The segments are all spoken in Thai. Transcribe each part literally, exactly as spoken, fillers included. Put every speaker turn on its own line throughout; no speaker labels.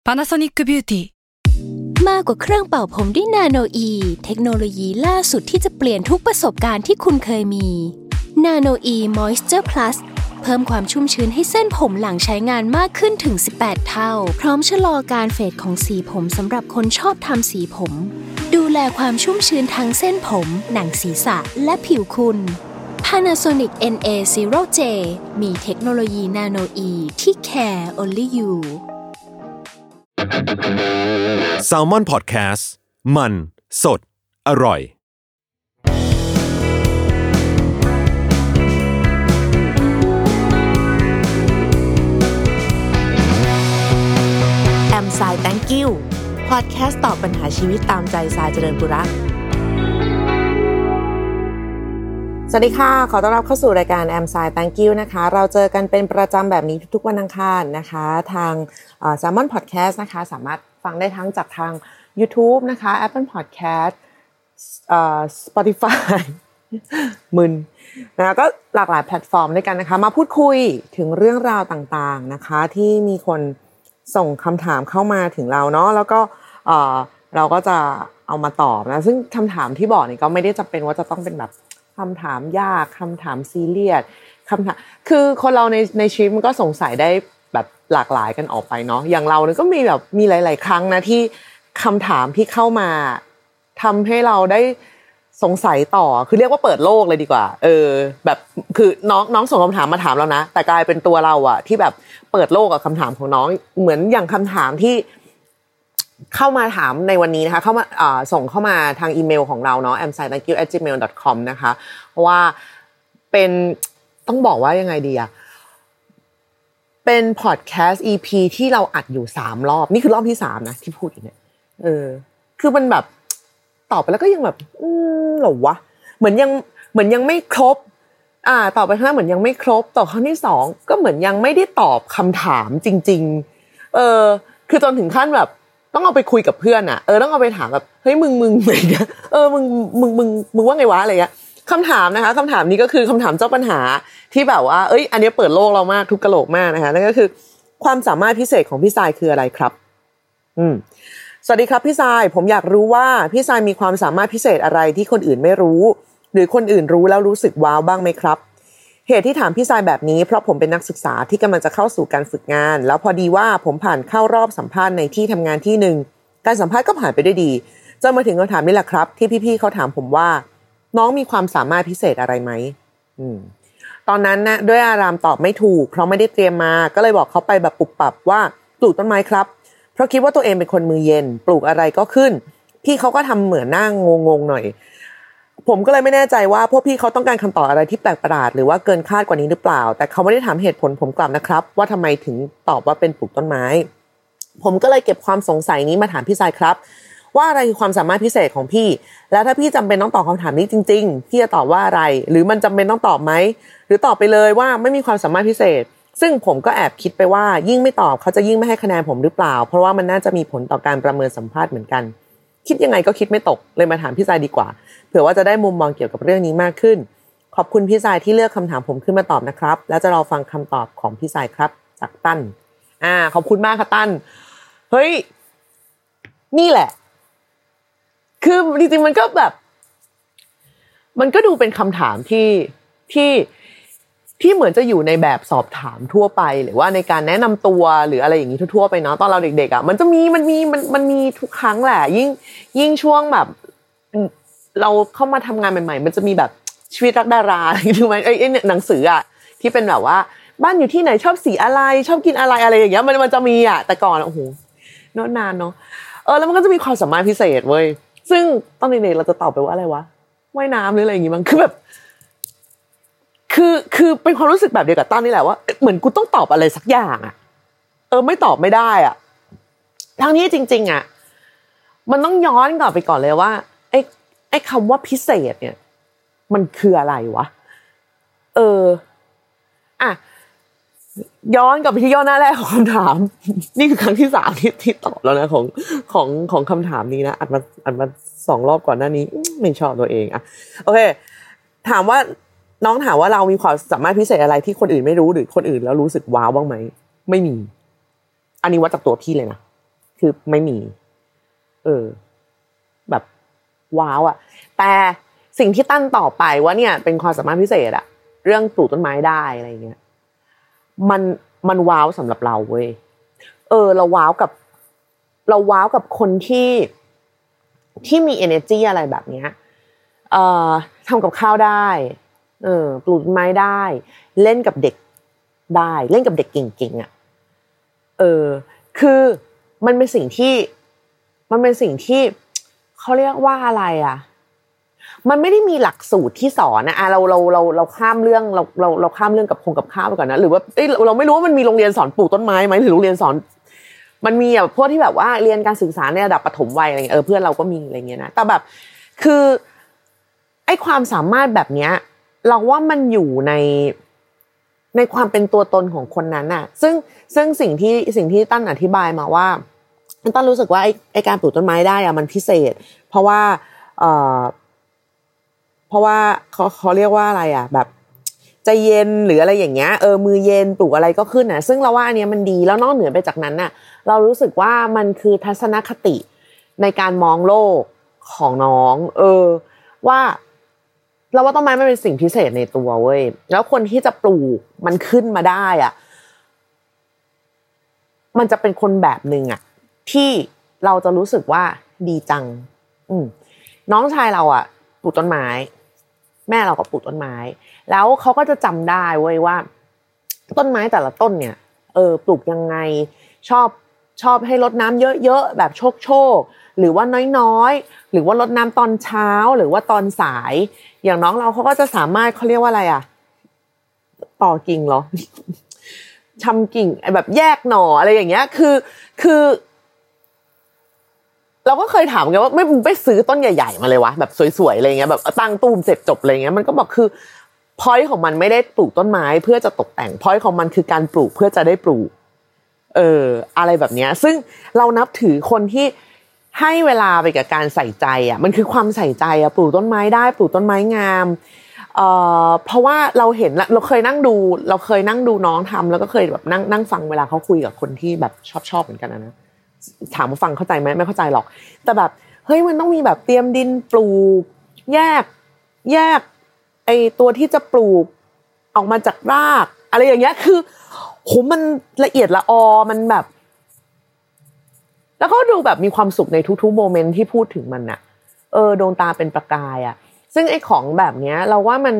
Panasonic Beauty
มากกว่าเครื่องเป่าผมด้วยนาโนอีเทคโนโลยีล่าสุดที่จะเปลี่ยนทุกประสบการณ์ที่คุณเคยมีนาโนอีมอยส์เจอร์พลัสเพิ่มความชุ่มชื้นให้เส้นผมหลังใช้งานมากขึ้นถึงสิบแปดเท่าพร้อมชะลอการเฟดของสีผมสำหรับคนชอบทำสีผมดูแลความชุ่มชื้นทั้งเส้นผมหนังศีรษะและผิวคุณ Panasonic เอ็น เอ ศูนย์ เจ มีเทคโนโลยีนาโนอีที่ care only you
Salmon Podcast มันสดอร่อย
แอมสาย thank you พอดแคสต์ตอบปัญหาชีวิตตามใจสายเจริญบุรักสวัสดีค่ะขอต้อนรับเข้าสู่รายการแอมสาย thank you นะคะเราเจอกันเป็นประจำแบบนี้ทุกๆวันอังคารนะคะทางเอ่อ Salmon Podcast นะคะสามารถฟังได้ทั้งจากทาง YouTube นะคะ Apple Podcast เอ่อ Spotify มึนนะก็หลากหลายแพลตฟอร์มด้วยกันนะคะมาพูดคุยถึงเรื่องราวต่างๆนะคะที่มีคนส่งคำถามเข้ามาถึงเราเนาะแล้วก็เอ่อเราก็จะเอามาตอบนะซึ่งคำถามที่บอกนี่ก็ไม่ได้จำเป็นว่าจะต้องเป็นแบบคำถามยากคำถามซีเรียสคำถามคือคนเราในในชีวิตมันก็สงสัยได้แบบหลากหลายกันออกไปเนาะอย่างเราเนี่ยก็มีแบบมีหลายๆครั้งนะที่คำถามที่เข้ามาทำให้เราได้สงสัยต่อคือเรียกว่าเปิดโลกเลยดีกว่าเออแบบคือน้องน้องส่งคำถามมาถามเรานะแต่กลายเป็นตัวเราอะที่แบบเปิดโลกกับคำถามของน้องเหมือนอย่างคำถามที่เข้ามาถามในวันนี้นะคะเข้ามาอ่าส่งเข้ามาทางอีเมลของเราเนาะ แอมไซต์ แธงค์ยู แอท จี เมล ดอท คอม นะคะเพราะว่าเป็นต้องบอกว่ายังไงดีอะเป็นพอดแคสต์ อี พี ที่เราอัดอยู่สามรอบนี่คือรอบที่สามนะที่พูดอยู่เนี่ยเออคือมันแบบตอบไปแล้วก็ยังแบบอืมเหรอวะเหมือนยังเหมือนยังไม่ครบอ่าตอบไปข้างหน้าเหมือนยังไม่ครบต่อครั้งที่สองก็เหมือนยังไม่ได้ตอบคำถามจริงๆเออคือจนถึงขั้นแบบต้องเอาไปคุยกับเพื่อนอ่ะเออต้องเอาไปถามแบบเฮ้ยมึงมึงอะไรเงี้ยเออมึงมึงมึงมึงว่าไงวะอะไรเงี้ยคำถามนะคะคำถามนี้ก็คือคำถามเจ้าปัญหาที่แบบว่าเอ้ยอันนี้เปิดโลกเรามากทุกกะโหลกมากนะคะนั่นก็คือความสามารถพิเศษของพี่ทรายคืออะไรครับอืมสวัสดีครับพี่ทรายผมอยากรู้ว่าพี่ทรายมีความสามารถพิเศษอะไรที่คนอื่นไม่รู้หรือคนอื่นรู้แล้วรู้สึกว้าวบ้างไหมครับเหตุที่ถามพี่ทรายแบบนี้เพราะผมเป็นนักศึกษาที่กำลังจะเข้าสู่การฝึกงานแล้วพอดีว่าผมผ่านเข้ารอบสัมภาษณ์ในที่ทำงานที่นึงการสัมภาษณ์ก็ผ่านไปได้ดีจนมาถึงคำถามนี้แหละครับที่พี่ๆเขาถามผมว่าน้องมีความสามารถพิเศษอะไรไหมอืมตอนนั้นนะด้วยอารามตอบไม่ถูกเพราะไม่ได้เตรียมมาก็เลยบอกเขาไปแบบปุบปับว่าปลูกต้นไม้ครับเพราะคิดว่าตัวเองเป็นคนมือเย็นปลูกอะไรก็ขึ้นพี่เขาก็ทำเหมือนหน้างงๆหน่อยผมก็เลยไม่แน่ใจว่าพวกพี่เขาต้องการคำตอบอะไรที่แปลกประหลาดหรือว่าเกินคาดกว่านี้หรือเปล่าแต่เขาไม่ได้ถามเหตุผลผมกลับนะครับว่าทำไมถึงตอบว่าเป็นปลูกต้นไม้ผมก็เลยเก็บความสงสัยนี้มาถามพี่ทรายครับว่าอะไรคือความสามารถพิเศษของพี่แล้วถ้าพี่จำเป็นต้องตอบคำถามนี้จริงๆพี่จะตอบว่าอะไรหรือมันจำเป็นต้องตอบไหมหรือตอบไปเลยว่าไม่มีความสามารถพิเศษซึ่งผมก็แอบคิดไปว่ายิ่งไม่ตอบเขาจะยิ่งไม่ให้คะแนนผมหรือเปล่าเพราะว่ามันน่าจะมีผลต่อการประเมินสัมภาษณ์เหมือนกันคิดยังไงก็คิดไม่ตกเลยมาถามพี่ทรายดีกว่าเผื่อว่าจะได้มุมมองเกี่ยวกับเรื่องนี้มากขึ้นขอบคุณพี่ทรายที่เลือกคำถามผมขึ้นมาตอบนะครับแล้วจะรอฟังคำตอบของพี่ทรายครับจากตั้นอ่าขอบคุณมากค่ะตั้นเฮ้ยนี่แหละคือจริงๆมันก็แบบมันก็ดูเป็นคำถามที่ที่ที่เหมือนจะอยู่ในแบบสอบถามทั่วไปหรือว่าในการแนะนำตัวหรืออะไรอย่างนี้ทั่วๆไปเนาะตอนเราเด็กๆอ่ะมันจะมีมันมีมันมันมีทุกครั้งแหละยิ่งยิ่งช่วงแบบเราเข้ามาทำงานใหม่ๆมันจะมีแบบชีวิตรักดาราถูกไหมไอ้หนังสืออ่ะที่เป็นแบบว่าบ้านอยู่ที่ไหนชอบสีอะไรชอบกินอะไรอะไรอย่างเงี้ยมันมันจะมีอ่ะแต่ก่อนโอ้โหนานนานเนาะเออแล้วมันก็จะมีความสามารถพิเศษเว้ยซึ่งตอนเด็กๆเราจะตอบไปว่าอะไรวะว่ายน้ำหรืออะไรอย่างงี้มั้งคือแบบคือคือเป็นความรู้สึกแบบเดียวกับตั้นนี่แหละว่าเหมือนกูต้องตอบอะไรสักอย่างอ่ะเออไม่ตอบไม่ได้อ่ะทั้งนี้จริงๆอ่ะมันต้องย้อนกลับไปก่อนเลยว่าไอ้ไอ้คำว่าพิเศษเนี่ยมันคืออะไรวะเอออ่ะย้อนกลับไปที่ย่อหน้าแรกของคำถามนี่คือครั้งที่สามที่ที่ตอบแล้วนะของของของคำถามนี้นะอัดมาอัดมาสองรอบก่อนหน้านี้ไม่ชอบตัวเองอ่ะโอเคถามว่าน้องถามว่าเรามีความสามารถพิเศษอะไรที่คนอื่นไม่รู้หรือคนอื่นแล้วรู้สึกว้าวบ้างไหมไม่มีอันนี้วัดจากตัวพี่เลยนะคือไม่มีเออแบบว้าวอ่ะแต่สิ่งที่ตั้นต่อไปว่าเนี่ยเป็นความสามารถพิเศษอะเรื่องปลูกต้นไม้ได้อะไรเงี้ยมันมันว้าวสำหรับเราเว้ยเออเราว้าวกับเราว้าวกับคนที่ที่มี energy อะไรแบบเนี้ยเอ่อทำกับข้าวได้เออปลูกต้นไม้ได้เล่นกับเด็กได้เล่นกับเด็กเก่งๆอ่ะเออคือมันเป็นสิ่งที่มันเป็นสิ่งที่เขาเรียกว่าอะไรอ่ะมันไม่ได้มีหลักสูตรที่สอนนะอ่ะเราเราเราเราข้ามเรื่องเราเราเราข้ามเรื่องกับคงกับข้าวไปก่อนนะหรือว่าเอ้ยเราไม่รู้ว่ามันมีโรงเรียนสอนปลูกต้นไม้มั้ยหรือโรงเรียนสอนมันมีแบบพวกที่แบบว่าเรียนการศึกษาในระดับประถมวัยอะไรเงี้ยเออเพื่อนเราก็มีอะไรเงี้ยนะแต่แบบคือไอ้ความสามารถแบบเนี้ยเราว่ามันอยู่ในในความเป็นตัวตนของคนนั้นน่ะซึ่งซึ่งสิ่งที่สิ่งที่ตั้นอธิบายมาว่าตั้นรู้สึกว่าไอ้ไอ้การปลูกต้นไม้ได้อะมันพิเศษเพราะว่าเอ่อเพราะว่าเขาเขาเรียกว่าอะไรอ่ะแบบใจเย็นหรืออะไรอย่างเงี้ยเออมือเย็นปลูกอะไรก็ขึ้นน่ะซึ่งเราว่าอันเนี้ยมันดีแล้วนอกเหนือไปจากนั้นน่ะเรารู้สึกว่ามันคือทัศนคติในการมองโลกของน้องเออว่าเราว่าต้นไม้มันเป็นสิ่งพิเศษในตัวเว้ยแล้วคนที่จะปลูกมันขึ้นมาได้อ่ะมันจะเป็นคนแบบนึงอ่ะที่เราจะรู้สึกว่าดีจังอืมน้องชายเราอ่ะปลูกต้นไม้แม่เราก็ปลูกต้นไม้แล้วเขาก็จะจำได้เว้ยว่าต้นไม้แต่ละต้นเนี่ยเออปลูกยังไงชอบชอบให้รดน้ำเยอะๆแบบโชคๆหรือว่าน้อยๆหรือว่ารดน้ำตอนเช้าหรือว่าตอนสายอย่างน้องเราเขาก็จะสามารถเขาเรียกว่าอะไรอ่ะต่อกิ่งเหรอชำกิ่งแบบแยกหน่ออะไรอย่างเงี้ยคือคือเราก็เคยถามกันว่าไม่ไปซื้อต้นใหญ่ๆมาเลยวะแบบสวยๆอะไรเงี้ยแบบตั้งตูมเสร็จจบอะไรเงี้ยมันก็บอกคือ point ของมันไม่ได้ปลูกต้นไม้เพื่อจะตกแต่ง point ของมันคือการปลูกเพื่อจะได้ปลูกเอออะไรแบบเนี้ยซึ่งเรานับถือคนที่ให้เวลาไปกับการใส่ใจอ่ะมันคือความใส่ใจอ่ะปลูกต้นไม้ได้ปลูกต้นไม้งามเอ่อเพราะว่าเราเห็นเราเคยนั่งดูเราเคยนั่งดูน้องทำแล้วก็เคยแบบนั่งนั่งฟังเวลาเขาคุยกับคนที่แบบชอบๆเหมือนกันนะถามว่าฟังเข้าใจไหมไม่เข้าใจหรอกแต่แบบเฮ้ยมันต้องมีแบบเตรียมดินปลูกแยกแยกไอตัวที่จะปลูกออกมาจากรากอะไรอย่างเงี้ยคือโหมันละเอียดละออมันแบบแล้วก็ดูแบบมีความสุขในทุกๆโมเมนต์ที่พูดถึงมันน่ะเออดวงตาเป็นประกายอ่ะซึ่งไอ้ของแบบเนี้ยเราว่ามัน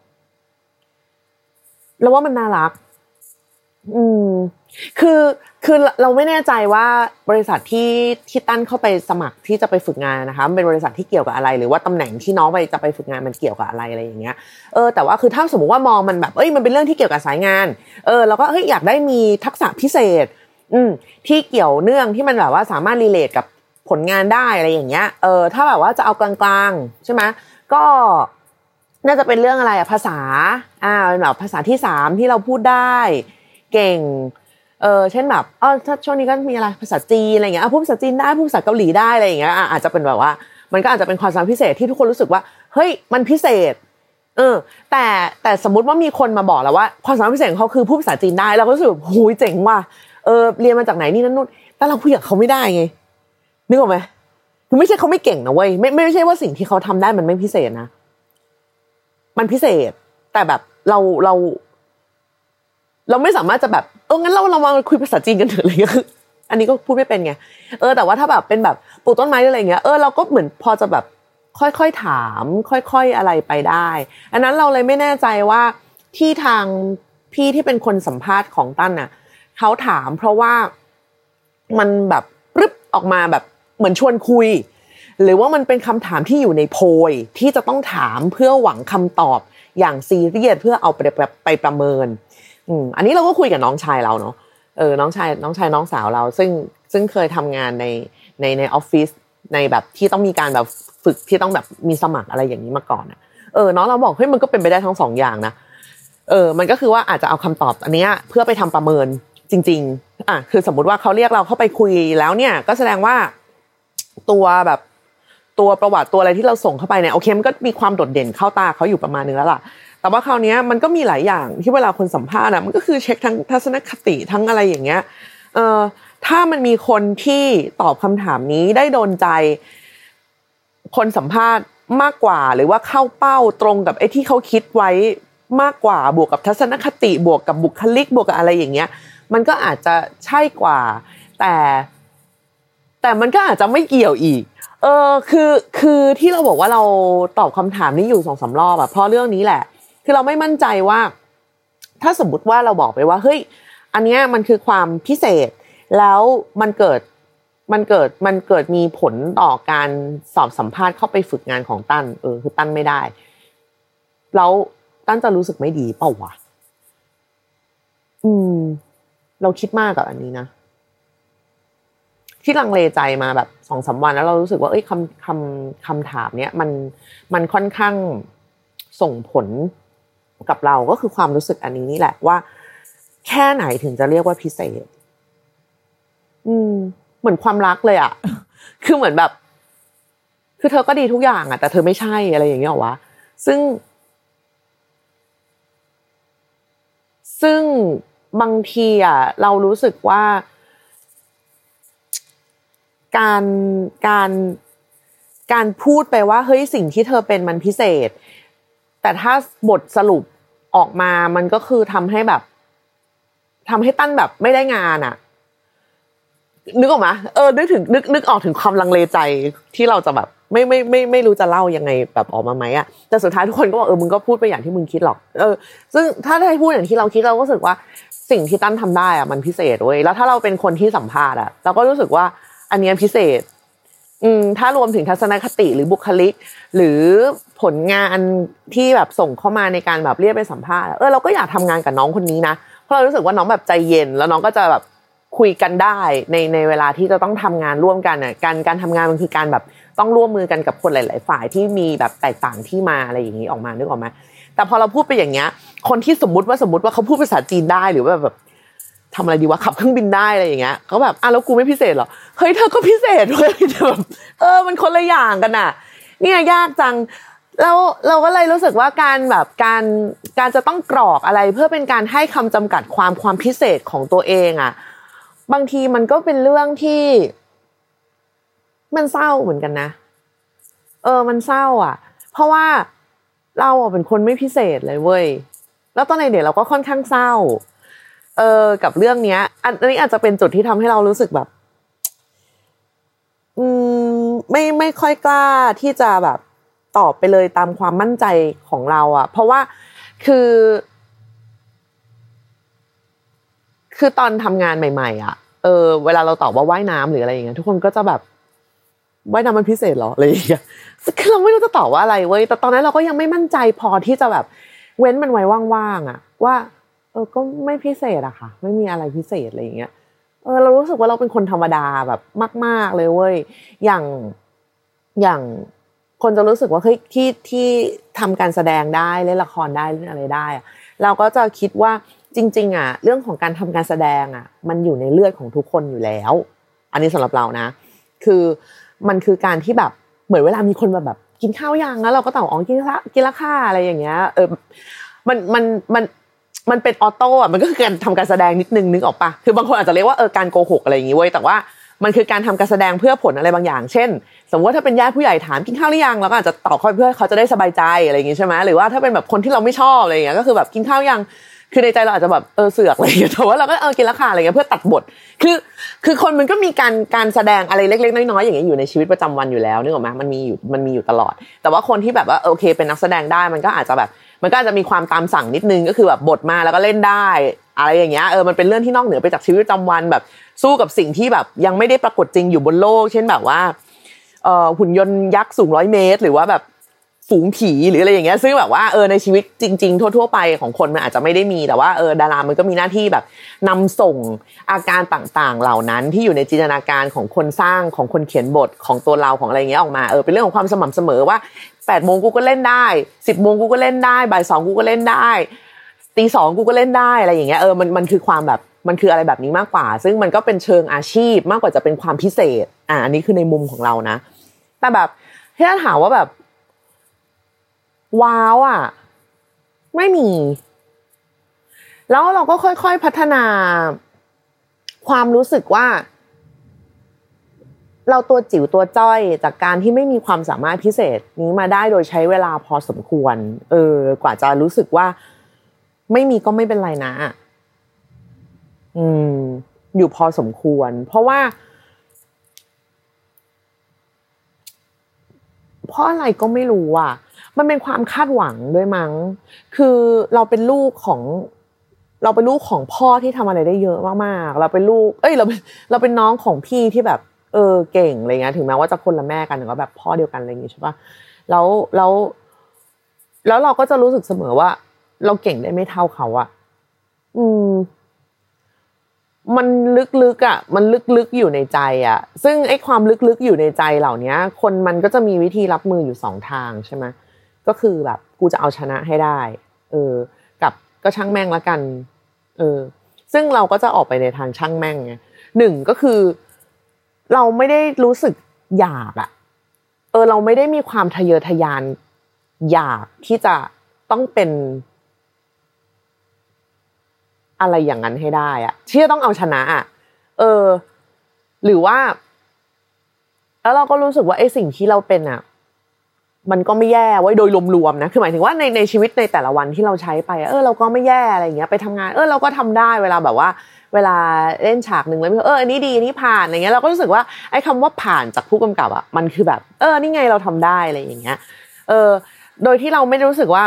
เราว่ามันน่ารักอืมคือคือเราไม่แน่ใจว่าบริษัทที่ที่ตั้นเข้าไปสมัครที่จะไปฝึกงานนะคะมันเป็นบริษัทที่เกี่ยวกับอะไรหรือว่าตำแหน่งที่น้องไปจะไปฝึกงานมันเกี่ยวกับอะไรอะไรอย่างเงี้ยเออแต่ว่าคือถ้าสมมุติว่ามองมันแบบเอ้ยมันเป็นเรื่องที่เกี่ยวกับสายงานเออเราก็เฮ้ยอยากได้มีทักษะพิเศษอืมที่เกี่ยวเนื่องที่มันแบบว่าสามารถรีเลทกับผลงานได้อะไรอย่างเงี้ยเออถ้าแบบว่าจะเอากลางๆใช่ไหมก็น่าจะเป็นเรื่องอะไรอะภาษาอ่าเป็นแบบภาษาที่สามที่เราพูดได้เก่งเออเช่นแบบเออถ้าช่วงนี้ก็มีอะไรภาษาจีนอะไรอย่างเงี้ยพูดภาษาจีนได้พูดภาษาเกาหลีได้อะไรอย่างเงี้ยอาจจะเป็นแบบว่ามันก็อาจจะเป็นความสามารถพิเศษที่ทุกคนรู้สึกว่าเฮ้ยมันพิเศษเออแต่แต่สมมุติว่ามีคนมาบอกแล้วว่าความสามารถพิเศษของเขาคือพูดภาษาจีนได้เราก็รู้สึกโหยเจ๋งว่ะเออเรียนมาจากไหนนี่นั่นนู่นแต่เราคุยกับเขาไม่ได้ไงนึกออกไหมคือไม่ใช่เขาไม่เก่งนะเว้ยไม่ไม่ใช่ว่าสิ่งที่เขาทำได้มันไม่พิเศษนะมันพิเศษแต่แบบเราเราเราไม่สามารถจะแบบเอองั้นเราเรามาคุยภาษาจีนกันเถอะอะไรเงี้ยคืออันนี้ก็พูดไม่เป็นไงเออแต่ว่าถ้าแบบเป็นแบบปลูกต้นไม้อะไรเงี้ยเออเราก็เหมือนพอจะแบบค่อยๆถามค่อยๆอะไรไปได้อันนั้นเราเลยไม่แน่ใจว่าที่ทางพี่ที่เป็นคนสัมภาษณ์ของตั้นน่ะเขาถามเพราะว่ามันแบบปึ๊บออกมาแบบเหมือนชวนคุยหรือว่ามันเป็นคำถามที่อยู่ในโพยที่จะต้องถามเพื่อหวังคำตอบอย่างซีเรียสเพื่อเอาไปไปประเมินอืมอันนี้เราก็คุยกับน้องชายเราเนาะเออน้องชายน้องชายน้องสาวเราซึ่งซึ่งเคยทำงานในในในออฟฟิศในแบบที่ต้องมีการแบบฝึกที่ต้องแบบมีสมัครอะไรอย่างนี้มาก่อนอ่ะเออน้องเราบอกเฮ้ยมันก็เป็นไปได้ทั้งสองอย่างนะเออมันก็คือว่าอาจจะเอาคำตอบอันนี้เพื่อไปทำประเมินจริงๆอ่ะคือสมมุติว่าเขาเรียกเราเข้าไปคุยแล้วเนี่ยก็แสดงว่าตัวแบบตัวประวัติตัวอะไรที่เราส่งเข้าไปเนี่ยโอเคมันก็มีความโดดเด่นเข้าตาเขาอยู่ประมาณนึงแล้วล่ะแต่ว่าคราวนี้มันก็มีหลายอย่างที่เวลาคนสัมภาษณ์อ่ะมันก็คือเช็คทั้งทัศนคติทั้งอะไรอย่างเงี้ยเออถ้ามันมีคนที่ตอบคำถามนี้ได้โดนใจคนสัมภาษณ์มากกว่าหรือว่าเข้าเป้าตรงกับไอ้ที่เขาคิดไว้มากกว่าบวกกับทัศนคติบวกกับบุคลิกบวกกับอะไรอย่างเงี้ยมันก็อาจจะใช่กว่าแต่แต่มันก็อาจจะไม่เกี่ยวอีกเออคือคือที่เราบอกว่าเราตอบคำถามนี้อยู่ สองสาม รอบอะเพราะเรื่องนี้แหละคือเราไม่มั่นใจว่าถ้าสมมุติว่าเราบอกไปว่าเฮ้ยอันเนี้ยมันคือความพิเศษแล้วมันเกิดมันเกิดมันเกิดมีผลต่อการสอบสัมภาษณ์เข้าไปฝึกงานของตั้นเออคือตั้นไม่ได้แล้วตั้นจะรู้สึกไม่ดีเปล่าวะอืมเราคิดมากกับอันนี้นะที่ลังเลใจมาแบบ สองสาม วันแล้วเรารู้สึกว่าเอ้ยคำคำคำถามเนี้ยมันมันค่อนข้างส่งผลกับเราก็คือความรู้สึกอันนี้นี่แหละว่าแค่ไหนถึงจะเรียกว่าพิเศษอืมเหมือนความรักเลยอ่ะ คือเหมือนแบบคือเธอก็ดีทุกอย่างอ่ะแต่เธอไม่ใช่อะไรอย่างเงี้ยหรอวะซึ่งซึ่งบางทีอ่ะเรารู้สึกว่าการการการพูดไปว่าเฮ้ยสิ่งที่เธอเป็นมันพิเศษแต่ถ้าบทสรุปออกมามันก็คือทำให้แบบทำให้ตั้นแบบไม่ได้งานอ่ะนึกออกมั้ยเออนึกถึงนึกนึกออกถึงความลังเลใจที่เราจะแบบไม่ไม่ไม่ไม่รู้จะเล่ายังไงแบบออกมาไหมอ่ะแต่สุดท้ายทุกคนก็บอกเออมึงก็พูดไปอย่างที่มึงคิดหรอกเออซึ่งถ้าได้พูดอย่างที่เราคิดเราก็รู้สึกว่าสิ่งที่ตั้นทำได้อ่ะมันพิเศษเว้ยแล้วถ้าเราเป็นคนที่สัมภาษณ์อ่ะเราก็รู้สึกว่าอันนี้พิเศษอืมถ้ารวมถึงทัศนคติหรือบุคลิกหรือผลงานที่แบบส่งเข้ามาในการแบบเรียกไปสัมภาษณ์เออเราก็อยากทำงานกับน้องคนนี้นะเพราะเรารู้สึกว่าน้องแบบใจเย็นแล้วน้องก็จะแบบคุยกันได้ในในเวลาที่จะต้องทำงานร่วมกันน่ะการการทำงานมันคือการแบบต้องร่วมมือกันกับคนหลายๆฝ่ายที่มีแบบแตกต่างที่มาอะไรอย่างนี้ออกมานึกออกมั้ยแต่พอเราพูดไปอย่างเงี้ยคนที่สมมุติว่าสมมุติว่าเขาพูดภาษาจีนได้หรือว่าแบบทำอะไรดีวะขับเครื่องบินได้อะไรอย่างเงี้ยเขาแบบอ่ะแล้วกูไม่พิเศษหรอเฮ้ยเธอก็พิเศษเว้ยแบบเออมันคนละอย่างกันน่ะเนี่ยยากจังแล้วเราก็เลยรู้สึกว่าการแบบการการจะต้องกรอกอะไรเพื่อเป็นการให้คำจำกัดความความพิเศษของตัวเองอ่ะบางทีมันก็เป็นเรื่องที่มันเศร้าเหมือนกันนะเออมันเศร้าอ่ะเพราะว่าเราอ่ะเป็นคนไม่พิเศษเลยเว้ยแล้วตอนเด็กๆเราก็ค่อนข้างเศร้าเออกับเรื่องเนี้ยอันนี้อาจจะเป็นจุดที่ทำให้เรารู้สึกแบบอืมไม่ไม่ค่อยกล้าที่จะแบบตอบไปเลยตามความมั่นใจของเราอ่ะเพราะว่าคือคือตอนทำงานใหม่ๆอ่ะเออเวลาเราตอบว่าว่ายน้ำหรืออะไรอย่างเงี้ยทุกคนก็จะแบบว่ายน้ำมันพิเศษเหรออะไรอย่างเงี้ยคือเราไม่รู้จะตอบว่าอะไรเว้ยแต่ตอนนั้นเราก็ยังไม่มั่นใจพอที่จะแบบเว้นมันไว้ว่างๆอ่ะว่าเออก็ไม่พิเศษอะค่ะไม่มีอะไรพิเศษอะไรอย่างเงี้ยเออเรารู้สึกว่าเราเป็นคนธรรมดาแบบมากๆเลยเว้ยอย่างอย่างคนจะรู้สึกว่าเฮ้ยที่ที่ทำการแสดงได้เล่นละครได้เล่นอะไรได้อะเราก็จะคิดว่าจริงๆอ่ะเรื่องของการทำการแสดงอ่ะมันอยู่ในเลือดของทุกคนอยู่แล้วอันนี้สำหรับเรานะคือมันคือการที่แบบเหมือนเวลามีคนแบบแบบกินข้าวยังแล้วเราก็ตอบอ๋อกินละกินละค่ะอะไรอย่างเงี้ยเออมันมันมันมันเป็นออโต้อ่ะมันก็คือการทำการแสดงนิดนึงนึกออกปะคือบางคนอาจจะเรียกว่าเออการโกหกอะไรอย่างงี้เว้ยแต่ว่ามันคือการทำการแสดงเพื่อผลอะไรบางอย่างเช่นสมมติว่าถ้าเป็นญาติผู้ใหญ่ถามกินข้าวหรือยังเราก็อาจจะตอบเขาเพื่อเขาจะได้สบายใจอะไรอย่างงี้ใช่ไหมหรือว่าถ้าเป็นแบบคนที่เราไม่ชอบอะไรอย่างเงี้ยก็คือแบบกินข้าวยังคือในใจเราอาจจะแบบเออเสือกอะไรอย่างเงี้ยแต่ว่าเราก็เออกินละค่ะอะไรเงี้ยเพื่อตัดบทคือคือคนมันก็มีการการแสดงอะไรเล็กๆน้อยๆอย่างเงี้ยอยู่ในชีวิตประจำวันอยู่แล้วนึกออกมั้ยมันมีอยู่มันมีอยู่ตลอดแต่ว่าคนที่แบบว่าโอเคเป็นนักแสดงได้มันก็อาจจะแบบมันก็อาจจะมีความตามสั่งนิดนึงก็คือแบบบทมาแล้วก็เล่นได้อะไรอย่างเงี้ยเออมันเป็นเรื่องที่นอกเหนือไปจากชีวิตประจำวันแบบสู้กับสิ่งที่แบบยังไม่ได้ปรากฏจริงอยู่บนโลกเช่นแบบว่าเอ่อหุ่นยนต์ยักษ์สูงร้อยเมตรหรือว่าแบบฝูงผีหรืออะไรอย่างเงี้ยซึ่งแบบว่าเออในชีวิตจริงๆทั่วๆไปของคนมันอาจจะไม่ได้มีแต่ว่าเออดารามันก็มีหน้าที่แบบนำส่งอาการต่างๆเหล่านั้นที่อยู่ในจินตนาการของคนสร้างของคนเขียนบทของตัวเราของอะไรอย่างเงี้ยออกมาเออเป็นเรื่องของความสม่ำเสมอว่าแปดโมงกูก็เล่นได้สิบโมงกูก็เล่นได้บ่ายสองกูก็เล่นได้ตีสองกูก็เล่นได้อะไรอย่างเงี้ยเออมันมันคือความแบบมันคืออะไรแบบนี้มากกว่าซึ่งมันก็เป็นเชิงอาชีพมากกว่าจะเป็นความพิเศษอ่ะอันนี้คือในมุมของเรานะแต่แบบถ้าถามว่าแบบว้าวอ่ะไม่มีแล้วเราก็ค่อยๆพัฒนาความรู้สึกว่าเราตัวจิ๋วตัวจ้อยจากการที่ไม่มีความสามารถพิเศษนี้มาได้โดยใช้เวลาพอสมควรเออกว่าจะรู้สึกว่าไม่มีก็ไม่เป็นไรนะอืมอยู่พอสมควรเพราะว่าเพราะอะไรก็ไม่รู้อ่ะมันเป็นความคาดหวังด้วยมั้งคือเราเป็นลูกของเราเป็นลูกของพ่อที่ทำอะไรได้เยอะมากๆเราเป็นลูกเอ้ยเราเป็นเราเป็นน้องของพี่ที่แบบเออเก่งอะไรเงี้ยถึงแม้ว่าจะคนละแม่กันแต่ก็แบบพ่อเดียวกันอะไรอย่างงี้ใช่ป่ะแล้วแล้วแล้วเราก็จะรู้สึกเสมอว่าเราเก่งได้ไม่เท่าเขาอ่ะอืมมันลึกๆอ่ะมันลึกๆอยู่ในใจอ่ะซึ่งไอ้ความลึกๆอยู่ในใจเหล่านี้คนมันก็จะมีวิธีรับมืออยู่สองทางใช่ไหมก็คือแบบกูจะเอาชนะให้ได้เออกับก็ช่างแม่งละกันเออซึ่งเราก็จะออกไปในทางช่างแม่งไงหนึ่งก็คือเราไม่ได้รู้สึกอยากอ่ะเออเราไม่ได้มีความทะเยอทะยานอยากที่จะต้องเป็นอะไรอย่างนั้นให้ได้อ่ะที่จะต้องเอาชนะอ่ะเออหรือว่าแล้วเราก็รู้สึกว่าไอ้สิ่งที่เราเป็นอ่ะมันก็ไม่แย่ไว้โดยรวมๆนะคือหมายถึงว่าในในชีวิตในแต่ละวันที่เราใช้ไปเออเราก็ไม่แย่อะไรอย่างเงี้ยไปทำงานเออเราก็ทำได้เวลาแบบว่าเวลาเล่นฉากนึงแล้วเอออันนี้ดีอันนี้ผ่านอะไรเงี้ยเราก็รู้สึกว่าไอ้คำว่าผ่านจากผู้กำกับอ่ะมันคือแบบเออนี่ไงเราทำได้อะไรอย่างเงี้ยเออโดยที่เราไม่รู้สึกว่า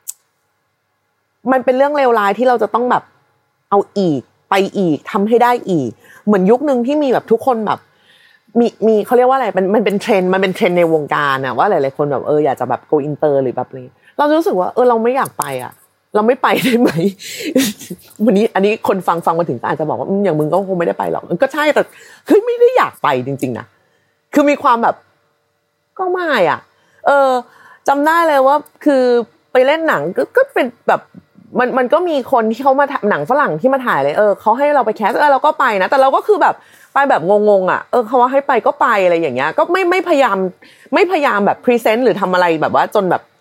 มันเป็นเรื่องเลวร้ายที่เราจะต้องแบบเอาอีกไปอีกทำให้ได้อีกเหมือนยุคนึงที่มีแบบทุกคนแบบมีมีเขาเรียกว่าอะไรมันมันเป็นเทรนด์มันเป็นเทรนด์ในวงการอะว่าหลายๆคนแบบเอออยากจะแบบ go inter หรือแบบนี้เรารู้สึกว่าเออเราไม่อยากไปอะเราไม่ไปได้ไหม วันนี้อันนี้คนฟังฟังมาถึงก็อาจจะบอกว่าอย่างมึงก็คงไม่ได้ไปหรอกก็ใช่แต่เฮ้ยไม่ได้อยากไปจริงๆนะคือมีความแบบก็ไม่อ่ะเออจำได้เลยว่าคือไปเล่นหนังก็ก็เป็นแบบมันมันก็มีคนที่เขามาหนังฝรั่งที่มาถ่ายเลยเออเขาให้เราไปแคสเออเราก็ไปนะแต่เราก็คือแบบไปแบบงงๆอ่ะเออเขาว่าให้ไปก็ไปอะไรอย่างเงี้ยก็ไม่ไม่พยายามไม่พยายามแบบพรีเซนต์หรือทำอะไรแบบว่าจนแบบ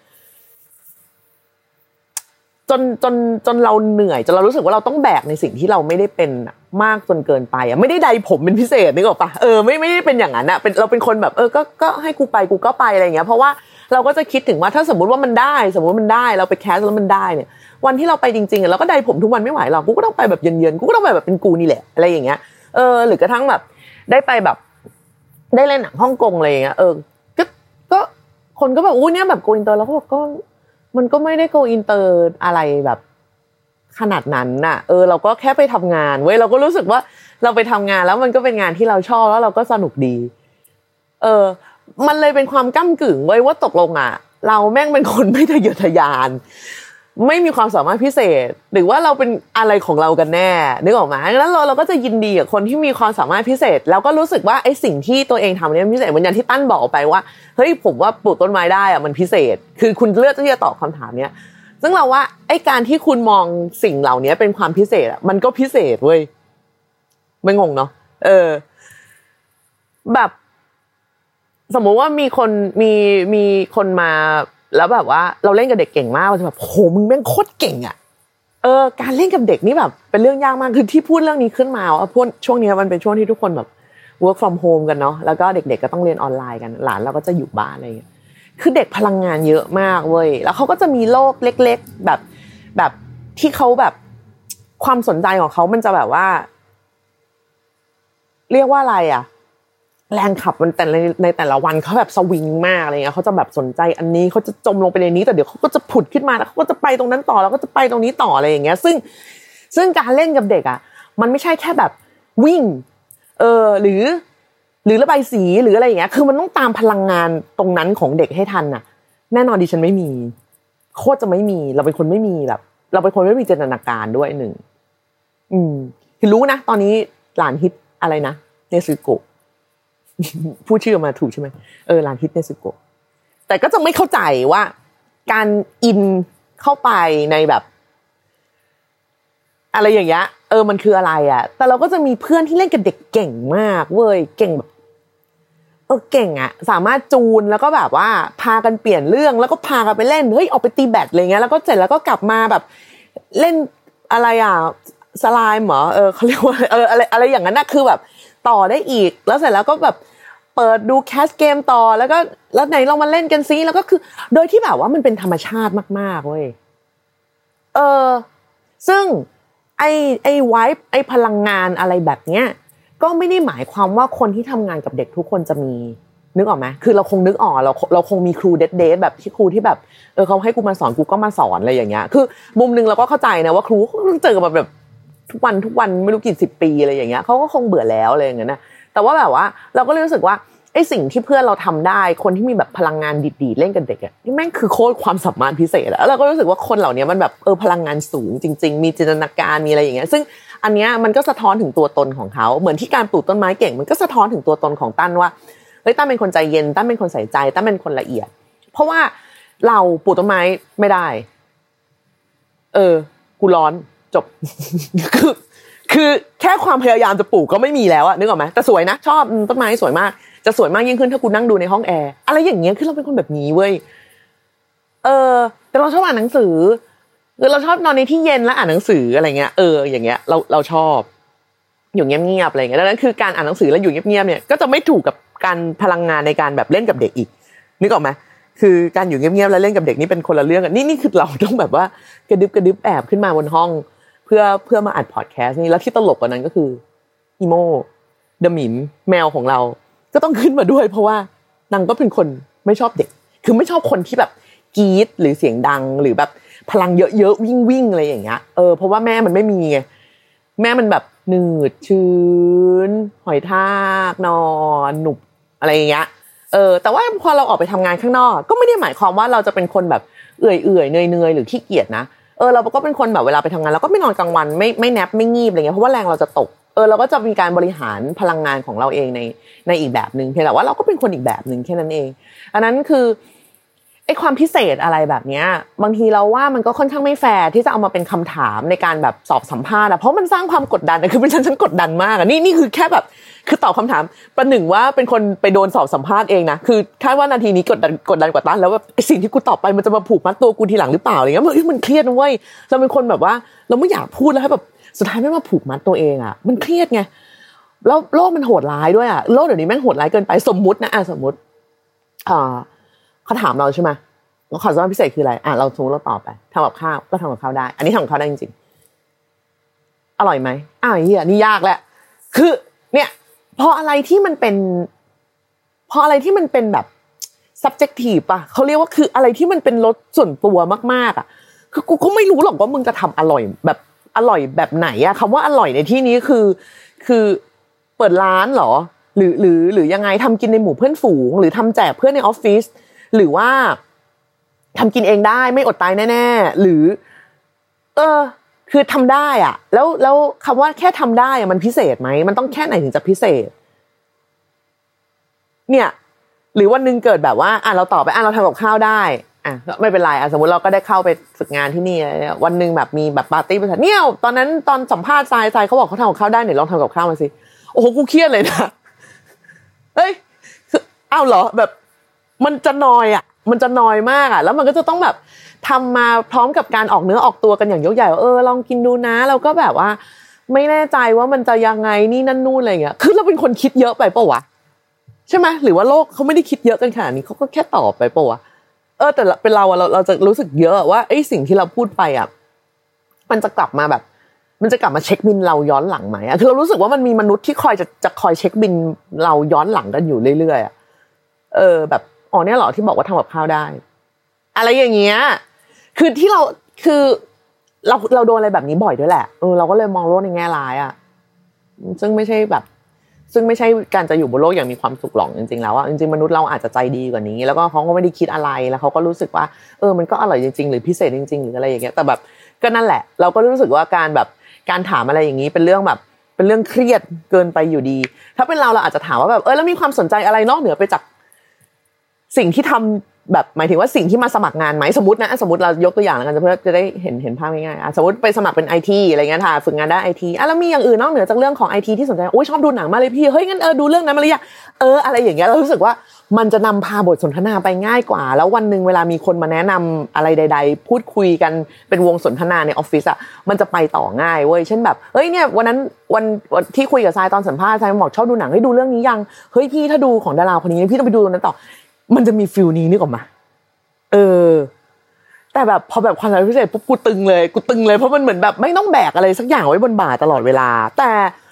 จนจนจนเราเหนื่อยจนเรารู้สึกว่าเราต้องแบกในสิ่งที่เราไม่ได้เป็นมากจนเกินไปอ่ะไม่ได้ใดผมเป็นพิเศษนึกออกปะเออไม่ไม่ได้เป็นอย่างนั้นอ่ะเป็นเราเป็นคนแบบเออก็ก็ให้กูไปกูก็ไปอะไรอย่างเงี้ยเพราะว่าเราก็จะคิดถึงว่าถ้าสมมุติว่ามันได้สมมุติมันได้เราไปแคสแล้วมันได้เนี่ยวันที่เราไปจริงๆอ่ะเราก็ใดผมทุกวันไม่ไหวหรอกกูก็ต้องไปแบบเย็นๆกูก็ต้องไปแบบเป็นกูนี่แหละอะไรอย่างเงี้ยเออหรือกระทั่งแบบได้ไปแบบได้เล่นหนังฮ่องกงอะไรอย่างเงี้ยเออก็ก็คนก็แบบอู้เนี่ยแบบโกอินเตอร์แล้วก็บอกก็มันก็ไม่ได้โกอินเตอร์อะไรแบบขนาดนั้นน่ะเออเราก็แค่ไปทำงานเว้ยเราก็รู้สึกว่าเราไปทำงานแล้วมันก็เป็นงานที่เราชอบแล้วเราก็สนุกดีเออมันเลยเป็นความก้ำกึ่งเว้ยว่าตกลงอ่ะเราแม่งเป็นคนไม่ทะเยอทะยานไม่มีความสามารถพิเศษหรือว่าเราเป็นอะไรของเรากันแน่นึกออกไหมแล้วเราเราก็จะยินดีกับคนที่มีความสามารถพิเศษแล้วก็รู้สึกว่าไอ้สิ่งที่ตัวเองทำเนี่ยพิเศษเหมือนอย่างที่ตั้นบอกไปว่าเฮ้ยผมว่าปลูกต้นไม้ได้อะมันพิเศษคือคุณเลือกที่จะตอบคำถามเนี้ยซึ่งเราว่าไอ้การที่คุณมองสิ่งเหล่านี้เป็นความพิเศษอะมันก็พิเศษเว้ยไม่งงเนาะเออแบบสมมติว่ามีคนมีมีคนมาแล้วแบบว่าเราเล่นกับเด็กเก่งมากมันจะแบบโหมึงแม่งโคตรเก่งอ่ะเออการเล่นกับเด็กนี่แบบเป็นเรื่องยากมากคือที่พูดเรื่องนี้ขึ้นมาว่าพวกช่วงนี้มันเป็นช่วงที่ทุกคนแบบ work from home กันเนาะแล้วก็เด็กๆก็ต้องเรียนออนไลน์กันหลานเราก็จะอยู่บ้านอะไรอย่างเงี้ยคือเด็กพลังงานเยอะมากเว้ยแล้วเขาก็จะมีโลกเล็กๆแบบแบบที่เขาแบบความสนใจของเขามันจะแบบว่าเรียกว่าอะไรอ่ะแรงขับมันแต่ในในแต่ละวันเขาแบบสวิงมากอะไรเงี้ยเขาจะแบบสนใจอันนี้เขาจะจมลงไปในนี้แต่เดี๋ยวเขาก็จะผุดขึ้นมาแล้วเขาก็จะไปตรงนั้นต่อแล้วก็จะไปตรงนี้ต่ออะไรอย่างเงี้ยซึ่งซึ่งการเล่นกับเด็กอ่ะมันไม่ใช่แค่แบบวิ่งเออหรือหรือระบายสีหรืออะไรอย่างเงี้ยคือมันต้องตามพลังงานตรงนั้นของเด็กให้ทันน่ะแน่นอนดิฉันไม่มีโคตรจะไม่มีเราเป็นคนไม่มีแบบเราเป็นคนไม่มีจินตนาการด้วยหนึ่งอืมคือรู้นะตอนนี้หลานฮิตอะไรนะเนซึโกะพูดชื่อมาถูกใช่ไหมเออร้านฮิตเนซึโกะแต่ก็จะไม่เข้าใจว่าการอินเข้าไปในแบบอะไรอย่างเงี้ยเออมันคืออะไรอ่ะแต่เราก็จะมีเพื่อนที่เล่นกับเด็กเก่งมากเว้ยเก่งแบบเออเก่งอ่ะสามารถจูนแล้วก็แบบว่าพากันเปลี่ยนเรื่องแล้วก็พากันไปเล่นเฮ้ยออกไปตีแบดอะไรเงี้ยแล้วก็เสร็จแล้วก็กลับมาแบบเล่นอะไรอ่ะสไลม์เหรอเออเขาเรียกว่าเอออะไรอะไรอย่างนั้นน่ะคือแบบต่อได้อีกแล้วเสร็จแล้วก็แบบเปิดดูแคสเกมต่อแล้วก็แล้วไหนลองมาเล่นกันซิแล้วก็คือโดยที่แบบว่ามันเป็นธรรมชาติมากๆเว้ยเออซึ่งไอ้ไอ้ไวบ์ไอ้พลังงานอะไรแบบเนี้ยก็ไม่ได้หมายความว่าคนที่ทำงานกับเด็กทุกคนจะมีนึกออกไหมคือเราคงนึกออกเราเราคงมีครูเด็ดๆแบบที่ครูที่แบบเออเขาให้กูมาสอนกูก็มาสอนอะไรอย่างเงี้ยคือมุมนึงเราก็เข้าใจนะว่าครูต้องเจอกับแบบทุกวันทุกวันไม่รู้กี่สิบปีอะไรอย่างเงี้ยเขาก็คงเบื่อแล้วอะไรอย่างเงี้ยนะแต่ว่าแบบว่าเราก็รู้สึกว่าไอ้สิ่งที่เพื่อนเราทำได้คนที่มีแบบพลังงานดีๆเล่นกับเด็กอ่ะนี่แม่งคือโคตรความสามารถพิเศษแล้วเราก็รู้สึกว่าคนเหล่านี้มันแบบเออพลังงานสูงจริงๆมีจินตนาการมีอะไรอย่างเงี้ยซึ่งอันเนี้ยมันก็สะท้อนถึงตัวตนของเขาเหมือนที่การปลูกต้นไม้เก่งมันก็สะท้อนถึงตัวตนของตั้นว่าเฮ้ยตั้นเป็นคนใจเย็นตั้นเป็นคนใส่ใจตั้นเป็นคนละเอียดเพราะว่าเราปลูกต้นไม้ไม่ได้เออกูร้อนจบ คือคือแค่ความพยายามจะปลูกก็ไม่มีแล้วอะนึกออกไหมแต่สวยนะชอบต้นไม้สวยมากจะสวยมากยิ่งขึ้นถ้ากูนั่งดูในห้องแอร์อะไรอย่างเงี้ยคือเราเป็นคนแบบนี้เว้ยเออแต่เราชอบอ่านหนังสือคือเราชอบนอนในที่เย็นแล้วอ่านหนังสืออะไรเงี้ยเอออย่างเงี้ยเราเราชอบอยู่เงียบๆอะไรเงี้ยดังนั้นคือการอ่านหนังสือแล้วอยู่เงียบๆเนี่ยก็จะไม่ถูกกับการพลังงานในการแบบเล่นกับเด็กอีกนึกออกไหมคือการอยู่เงียบๆแล้วเล่นกับเด็กนี่เป็นคนละเรื่องกันนี่นี่คือเราต้องแบบว่ากระดึบกระดึบแอบขึ้นมาบนห้องเพื่อเพื่อมาอัดพอดแคสต์นี่แล้วที่ตลกกว่านั้นก็คืออีโมเดอะหมิมแมวของเราก็ต้องขึ้นมาด้วยเพราะว่านางก็เป็นคนไม่ชอบเด็กคือไม่ชอบคนที่แบบกรี๊ดหรือเสียงดังหรือแบบพลังเยอะๆวิ่งๆอะไรอย่างเงี้ยเออเพราะว่าแม่มันไม่มีไงแม่มันแบบหนืดชื้นหอยทากนอนหนุบอะไรอย่างเงี้ยเออแต่ว่าพอเราออกไปทำงานข้างนอกก็ไม่ได้หมายความว่าเราจะเป็นคนแบบเอื่อยๆเนื่อยๆหรือขี้เกียจนะเออเราก็เป็นคนแบบเวลาไปทำงานเราก็ไม่นอนกลางวันไม่ไม่แนปไม่งีบอะไรเงี้ยเพราะว่าแรงเราจะตกเออเราก็จะมีการบริหารพลังงานของเราเองในในอีกแบบนึงเพียงแต่ว่าเราก็เป็นคนอีกแบบนึงแค่นั้นเองอันนั้นคือไอ้ความพิเศษอะไรแบบเนี้ยบางทีเราว่ามันก็ค่อนข้างไม่แฟร์ที่จะเอามาเป็นคำถามในการแบบสอบสัมภาษณ์อะเพราะมันสร้างความกดดันนะคือเป็นฉันฉันกดดันมากอะนี่นี่คือแค่แบบคือตอบคำถามประหนึ่งว่าเป็นคนไปโดนสอบสัมภาษณ์เองนะคือคาดว่านาทีนี้กดดันกดดันกว่าตั้นแล้วว่าไอ้สิ่งที่กูตอบไปมันจะมาผูกมัดตัวกูทีหลังหรือเปล่าอะไรเงี้ยมันมันเครียดนะเว้ยเราเป็นคนแบบว่าเราไม่อยากพูดแล้วให้แบบสุดท้ายไม่มาผูกมัดตัวเองอะมันเครียดไงแล้วโลกมันโหดร้ายด้วยอะโลกเดี๋ยวนี้แม่งโหดร้ายเกินไปสมมุตินะอ่ะสมมุติอ่าเขาถามเราใช่ไหมแล้วความสามารถพิเศษคืออะไรอ่ะเราสมมติเราตอบไปทำกับข้าวก็ทำกับข้าวได้อันนี้ทำกับข้าวได้จริงๆอร่อยไหมอ้าวเหี้ยนี่ยากแหละคือเนี่ยพออะไรที่มันเป็นพออะไรที่มันเป็นแบบ subjective ป่ะเขาเรียกว่าคืออะไรที่มันเป็นรสส่วนตัวมากๆอ่ะคือกูก็ไม่รู้หรอกว่ามึงจะทำอร่อยแบบอร่อยแบบไหนอ่ะคำว่าอร่อยในที่นี้คือคือเปิดร้านเหรอหรือหรือหรือยังไงทำกินในหมู่เพื่อนฝูงหรือทำแจกเพื่อนในออฟฟิศหรือว่าทำกินเองได้ไม่อดตายแน่ๆหรือเออคือทำได้อ่ะแล้วแล้วคำว่าแค่ทำได้อ่ะมันพิเศษไหมมันต้องแค่ไหนถึงจะพิเศษเนี่ยหรือวันนึงเกิดแบบว่าอ่ะเราตอบไปอ่ะเราทำกับข้าวได้อ่ะไม่เป็นไรอ่ะสมมุติเราก็ได้เข้าไปฝึกงานที่นี่วันนึงแบบมีแบบปาร์ตี้บริษัทเนี่ยตอนนั้นตอนสัมภาษณ์ทรายทรายเขาบอกเขาทำกับข้าวได้เนี่ยลองทำกับข้าวมาสิโอ้โหกูเครียดเลยนะเฮ้ยอ้าวเหรอแบบมันจะนอยอ่ะมันจะนอยมากอ่ะแล้วมันก็จะต้องแบบทำมาพร้อมกับการออกเนื้อออกตัวกันอย่างยกใหญ่เออลองกินดูนะเราก็แบบว่าไม่แน่ใจว่ามันจะยังไงนี่นั่นนู่นอะไรเงี้ยคือเราเป็นคนคิดเยอะไปเปล่าวะใช่ไหมหรือว่าโลกเขาไม่ได้คิดเยอะกันขนาดนี้เขาก็แค่ตอบไปเปล่าวะเออแต่เป็นเราอะเราเราจะรู้สึกเยอะว่าไอ้สิ่งที่เราพูดไปอ่ะมันจะกลับมาแบบมันจะกลับมาเช็คบินเราย้อนหลังไหมอ่ะคือเรารู้สึกว่ามันมีมนุษย์ที่คอยจะจะคอยเช็คบินเราย้อนหลังกันอยู่เรื่อยๆอ่ะเออแบบอ๋อเนี่ยเหรอที่บอกว่าทำกับข้าวได้อะไรอย่างเงี้ยคือที่เราคือเราเราโดนอะไรแบบนี้บ่อยด้วยแหละเออเราก็เลยมองโลกในแง่ร้ายอ่ะซึ่งไม่ใช่แบบซึ่งไม่ใช่การจะอยู่บนโลกอย่างมีความสุขหรอกจริงๆแล้วอ่ะจริงๆมนุษย์เราอาจจะใจดีกว่านี้แล้วก็เขาก็ไม่ได้คิดอะไรแล้วเขาก็รู้สึกว่าเออมันก็อร่อยจริงๆหรือพิเศษจริงๆหรืออะไรอย่างเงี้ยแต่แบบก็นั่นแหละเราก็รู้สึกว่าการแบบการถามอะไรอย่างนี้เป็นเรื่องแบบเป็นเรื่องเครียดเกินไปอยู่ดีถ้าเป็นเราเราอาจจะถามว่าแบบเออแล้วมีความสนใจอะไรนอกเหนือไปจากสิ่งที่ทำแบบหมายถึงว่าสิ่งที่มาสมัครงานไหมสมมตินะสมมติเรายกตัวอย่างแล้วกันเพื่อจะได้เห็นเห็นภาพง่ายๆอ่ะสมมติไปสมัครเป็น ไอ ที อะไรเงี้ยค่ะฝึกงานด้าน ไอ ที อ่ะแล้วมีอย่างอื่นนอกเหนือจากเรื่องของ ไอ ที ที่สนใจโอ๊ยชอบดูหนังมาเลยพี่เฮ้ยงั้นเออดูเรื่องนั้นมาเลยอ่ะเอออะไรอย่างเงี้ยเรารู้สึกว่ามันจะนำพาบทสนทนาไปง่ายกว่าแล้ววันนึงเวลามีคนมาแนะนำอะไรใดๆพูดคุยกันเป็นวงสนทนาในออฟฟิศอ่ะมันจะไปต่อง่ายเว้ยเช่นแบบเฮ้ยเนี่ยวันนั้นวันที่คุยกับทรายตอนสัมภาษณ์ทรายบอกชอบดูหนังให้ดูเรื่องนี้ยังเฮ้ยพี่ถ้าดูของดาราคนนี้พี่ต้องไปดูนั้นต่อมันจะมีฟีลนี้นึกออกมาเออแต่แบบพอแบบความสามารถพิเศษปุ๊บกูตึงเลยกูตึงเลยเพราะมันเหมือนแบบไม่ต้องแบกอะไรสักอย่างไว้บนบ่าตลอดเวลาแต่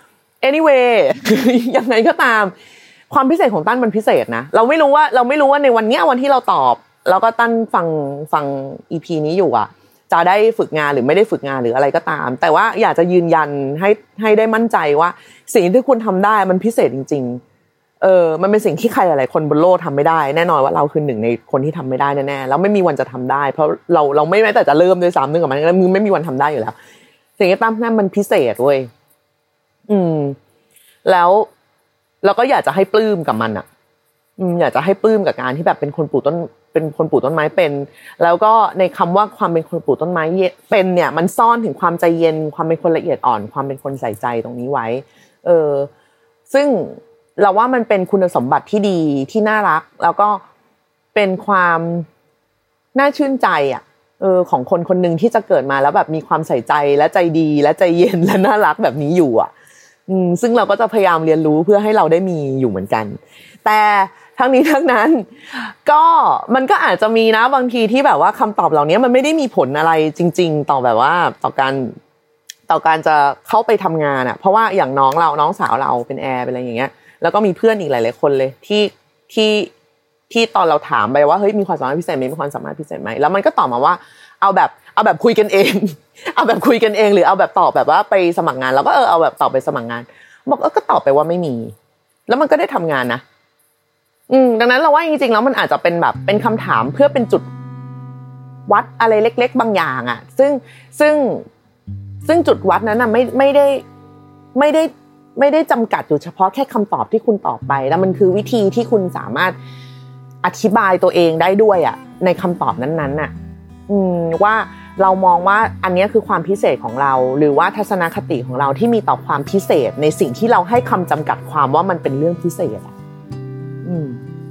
anyway ยังไงก็ตามความพิเศษของตั้นมันพิเศษนะเราไม่รู้ว่าเราไม่รู้ว่าในวันเนี้ยวันที่เราตอบแล้วก็ตั้นฟังฟัง อี พี นี้อยู่อ่ะจะได้ฝึกงานหรือไม่ได้ฝึกงานหรืออะไรก็ตามแต่ว่าอยากจะยืนยันให้ให้ได้มั่นใจว่าสิ่งที่คุณทำได้มันพิเศษจริงๆเออมันเป็นสิ่งที่ใครหลายๆคนบนโลกทำไม่ได้แน่นอนว่าเราคือหนึ่งในคนที่ทำไม่ได้แน่ๆแล้วไม่มีวันจะทำได้เพราะเราเราไม่แม้แต่จะเริ่มด้วยซ้ำนึกออกมั้ยแล้วมึงไม่มีวันทำได้อยู่แล้วสิ่งที่ตั้นนั่นมันพิเศษเว้ยอืมแล้วเราก็อยากจะให้ปลื้มกับมันอ่ะอืมอยากจะให้ปลื้มกับการที่แบบเป็นคนปลูกต้นเป็นคนปลูกต้นไม้เป็นแล้วก็ในคำว่าความเป็นคนปลูกต้นไม้เป็นเนี่ยมันซ่อนถึงความใจเย็นความเป็นคนละเอียดอ่อนความเป็นคนใส่ใจตรงนี้ไว้เออซึ่งเราว่ามันเป็นคุณสมบัติที่ดีที่น่ารักแล้วก็เป็นความน่าชื่นใจอ่ะเออของคนคนนึงที่จะเกิดมาแล้วแบบมีความใส่ใจและใจดีและใจเย็นและน่ารักแบบนี้อยู่อ่ะอืมซึ่งเราก็จะพยายามเรียนรู้เพื่อให้เราได้มีอยู่เหมือนกันแต่ทั้งนี้ทั้งนั้นก็มันก็อาจจะมีนะบางทีที่แบบว่าคำตอบเหล่านี้มันไม่ได้มีผลอะไรจริงๆต่อแบบว่าต่อการต่อการจะเข้าไปทำงานอ่ะเพราะว่าอย่างน้องเราน้องสาวเราเป็นแอร์เป็นอะไรอย่างเงี้ยแล้วก็มีเพื่อนอีกหลายๆคนเลยที่ที่ที่ตอนเราถามไปว่าเฮ้ยมีความสามารถพิเศษไหมมีความสามารถพิเศษไหมแล้วมันก็ตอบมาว่าเอาแบบเอาแบบคุยกันเองเอาแบบคุยกันเองหรือเอาแบบตอบแบบว่าไปสมัครงานแล้วก็เออเอาแบบตอบไปสมัครงานบอกเออก็ตอบไปว่าไม่มีแล้วมันก็ได้ทำงานนะอืมดังนั้นเราว่าจริงๆแล้วมันอาจจะเป็นแบบเป็นคำถามเพื่อเป็นจุดวัดอะไรเล็กๆบางอย่างอ่ะซึ่งซึ่งซึ่งจุดวัดนั้นน่ะไม่ไม่ได้ไม่ได้ไม่ได้จำกัดอยู่เฉพาะแค่คำตอบที่คุณตอบไปแล้วมันคือวิธีที่คุณสามารถอธิบายตัวเองได้ด้วยอ่ะในคำตอบนั้นๆน่ะอืมว่าเรามองว่าอันนี้คือความพิเศษของเราหรือว่าทัศนคติของเราที่มีต่อความพิเศษในสิ่งที่เราให้คำจำกัดความว่ามันเป็นเรื่องพิเศษอ่ะอืม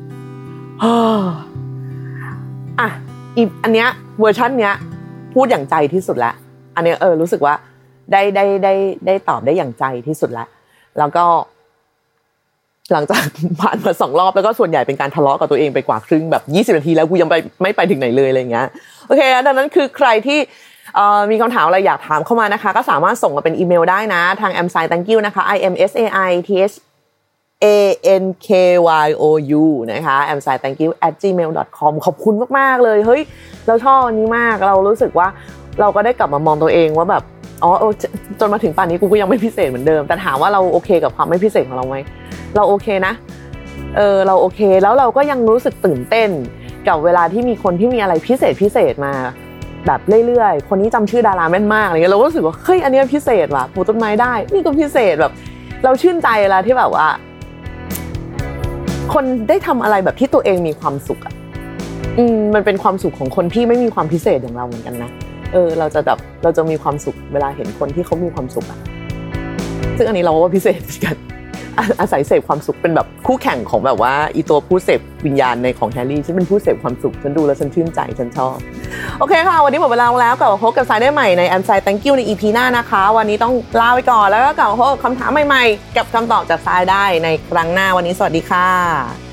อ่ะอีอันเนี้ยเวอร์ชันเนี้ยพูดอย่างใจที่สุดแล้วอันเนี้ยเออรู้สึกว่าได้ได้ได้ได้ตอบได้อย่างใจที่สุดแล้วแล้วก็หลังจากผ่านมาสองรอบแล้วก็ส่วนใหญ่เป็นการทะเลาะกับตัวเองไปกว่าครึ่งแบบยี่สิบนาทีแล้วกูยังไปไม่ไปถึงไหนเลยอะไรอย่างเงี้ยโอเคดังนั้นคือใครที่เอ่อมีคำถามอะไรอยากถามเข้ามานะคะก็สามารถส่งมาเป็นอีเมลได้นะทาง amsai thank you นะคะ i m s a i t h a n k y o u นะคะ amsai thank you at gmail dot com ขอบคุณมากๆเลยเฮ้ยเราชอบอันนี้มากเรารู้สึกว่าเราก็ได้กลับมามองตัวเองว่าแบบอ๋อจนมาถึงป่านนี้กูก็ยังไม่พิเศษเหมือนเดิมแต่ถามว่าเราโอเคกับความไม่พิเศษของเราไหมเราโอเคนะเออเราโอเคแล้วเราก็ยังรู้สึกตื่นเต้นกับเวลาที่มีคนที่มีอะไรพิเศษพิเศษมาแบบเรื่อยๆคนนี้จำชื่อดาราแม่นมากอะไรเงี้ยเราก็รู้สึกว่าเฮ้ยอันนี้พิเศษว่ะปลูกต้นไม้ได้นี่ก็พิเศษแบบเราชื่นใจเวลาที่แบบว่าคนได้ทำอะไรแบบที่ตัวเองมีความสุขอ่ะอืมมันเป็นความสุขของคนที่ไม่มีความพิเศษอย่างเราเหมือนกันนะเออเราจะแบบเราจะมีความสุขเวลาเห็นคนที่เขามีความสุขอ่ะซึ่งอันนี้เราว่าพิเศษเหมือนกันอาศัยเสพความสุขเป็นแบบคู่แข่งของแบบว่าอีตัวผู้เสพวิญญาณในของแฮร์รี่ฉันเป็นผู้เสพความสุขฉันดูแล้วฉันชื่นใจฉันชอบโอเคค่ะวันนี้หมดเวลาแล้วกลับมาพบกับทรายได้ใหม่ใน amsai thank you ใน อี พี หน้านะคะวันนี้ต้องลาไปก่อนแล้วก็กลับมาพบกับคำถามใหม่ๆกับคำตอบจากทรายได้ในครั้งหน้าวันนี้สวัสดีค่ะ